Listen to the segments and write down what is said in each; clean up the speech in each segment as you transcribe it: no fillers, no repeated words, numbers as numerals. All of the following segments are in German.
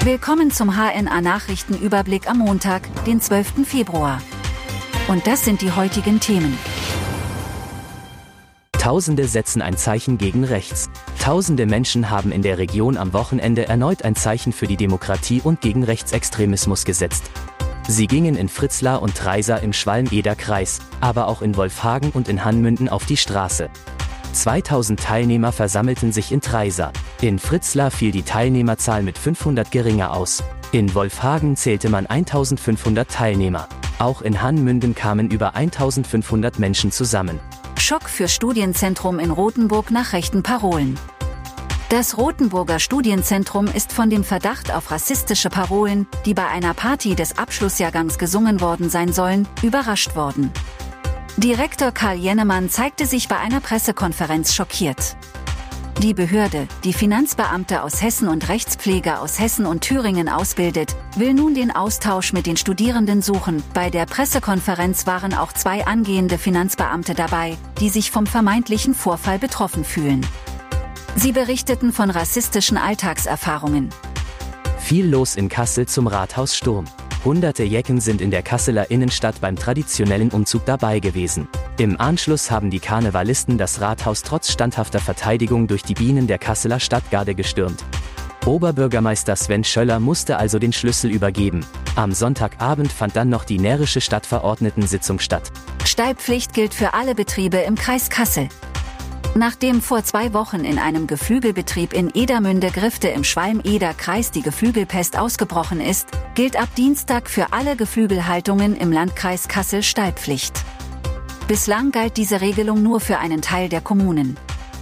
Willkommen zum HNA-Nachrichtenüberblick am Montag, den 12. Februar. Und das sind die heutigen Themen. Tausende setzen ein Zeichen gegen rechts. Tausende Menschen haben in der Region am Wochenende erneut ein Zeichen für die Demokratie und gegen Rechtsextremismus gesetzt. Sie gingen in Fritzlar und Treisa im Schwalm-Eder-Kreis, aber auch in Wolfhagen und in Hanmünden auf die Straße. 2000 Teilnehmer versammelten sich in Treisa. In Fritzlar fiel die Teilnehmerzahl mit 500 geringer aus. In Wolfhagen zählte man 1500 Teilnehmer. Auch in Hanmünden kamen über 1500 Menschen zusammen. Schock für Studienzentrum in Rothenburg nach rechten Parolen. Das Rothenburger Studienzentrum ist von dem Verdacht auf rassistische Parolen, die bei einer Party des Abschlussjahrgangs gesungen worden sein sollen, überrascht worden. Direktor Karl Jennemann zeigte sich bei einer Pressekonferenz schockiert. Die Behörde, die Finanzbeamte aus Hessen und Rechtspfleger aus Hessen und Thüringen ausbildet, will nun den Austausch mit den Studierenden suchen. Bei der Pressekonferenz waren auch 2 angehende Finanzbeamte dabei, die sich vom vermeintlichen Vorfall betroffen fühlen. Sie berichteten von rassistischen Alltagserfahrungen. Viel los in Kassel zum Rathaussturm. Hunderte Jecken sind in der Kasseler Innenstadt beim traditionellen Umzug dabei gewesen. Im Anschluss haben die Karnevalisten das Rathaus trotz standhafter Verteidigung durch die Bienen der Kasseler Stadtgarde gestürmt. Oberbürgermeister Sven Schöller musste also den Schlüssel übergeben. Am Sonntagabend fand dann noch die närrische Stadtverordnetensitzung statt. Stallpflicht gilt für alle Betriebe im Kreis Kassel. Nachdem vor 2 Wochen in einem Geflügelbetrieb in Edermünde-Grifte im Schwalm-Eder-Kreis die Geflügelpest ausgebrochen ist, gilt ab Dienstag für alle Geflügelhaltungen im Landkreis Kassel Stallpflicht. Bislang galt diese Regelung nur für einen Teil der Kommunen.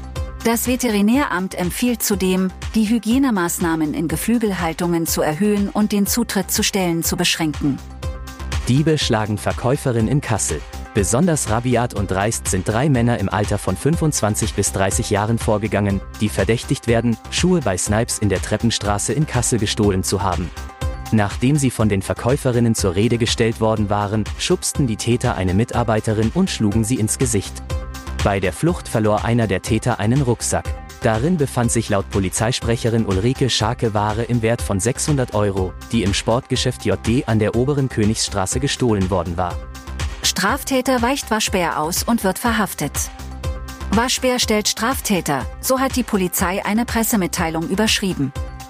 Das Veterinäramt empfiehlt zudem, die Hygienemaßnahmen in Geflügelhaltungen zu erhöhen und den Zutritt zu Ställen zu beschränken. Diebe schlagen Verkäuferin in Kassel. Besonders rabiat und dreist sind 3 Männer im Alter von 25 bis 30 Jahren vorgegangen, die verdächtigt werden, Schuhe bei Snipes in der Treppenstraße in Kassel gestohlen zu haben. Nachdem sie von den Verkäuferinnen zur Rede gestellt worden waren, schubsten die Täter eine Mitarbeiterin und schlugen sie ins Gesicht. Bei der Flucht verlor einer der Täter einen Rucksack. Darin befand sich laut Polizeisprecherin Ulrike Scharke Ware im Wert von 600 €, die im Sportgeschäft JD an der Oberen Königsstraße gestohlen worden war. Straftäter weicht Waschbär aus und wird verhaftet. Waschbär stellt Straftäter, so hat die Polizei eine Pressemitteilung überschrieben.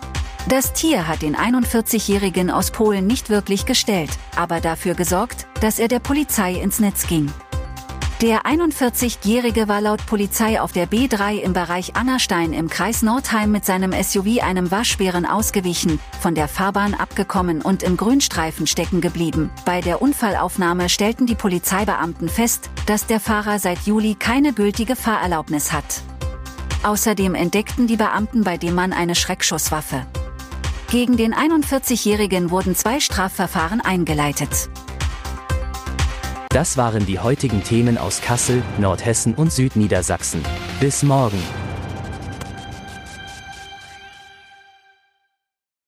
Das Tier hat den 41-Jährigen aus Polen nicht wirklich gestellt, aber dafür gesorgt, dass er der Polizei ins Netz ging. Der 41-Jährige war laut Polizei auf der B3 im Bereich Annerstein im Kreis Nordheim mit seinem SUV einem Waschbären ausgewichen, von der Fahrbahn abgekommen und im Grünstreifen stecken geblieben. Bei der Unfallaufnahme stellten die Polizeibeamten fest, dass der Fahrer seit Juli keine gültige Fahrerlaubnis hat. Außerdem entdeckten die Beamten bei dem Mann eine Schreckschusswaffe. Gegen den 41-Jährigen wurden 2 Strafverfahren eingeleitet. Das waren die heutigen Themen aus Kassel, Nordhessen und Südniedersachsen. Bis morgen.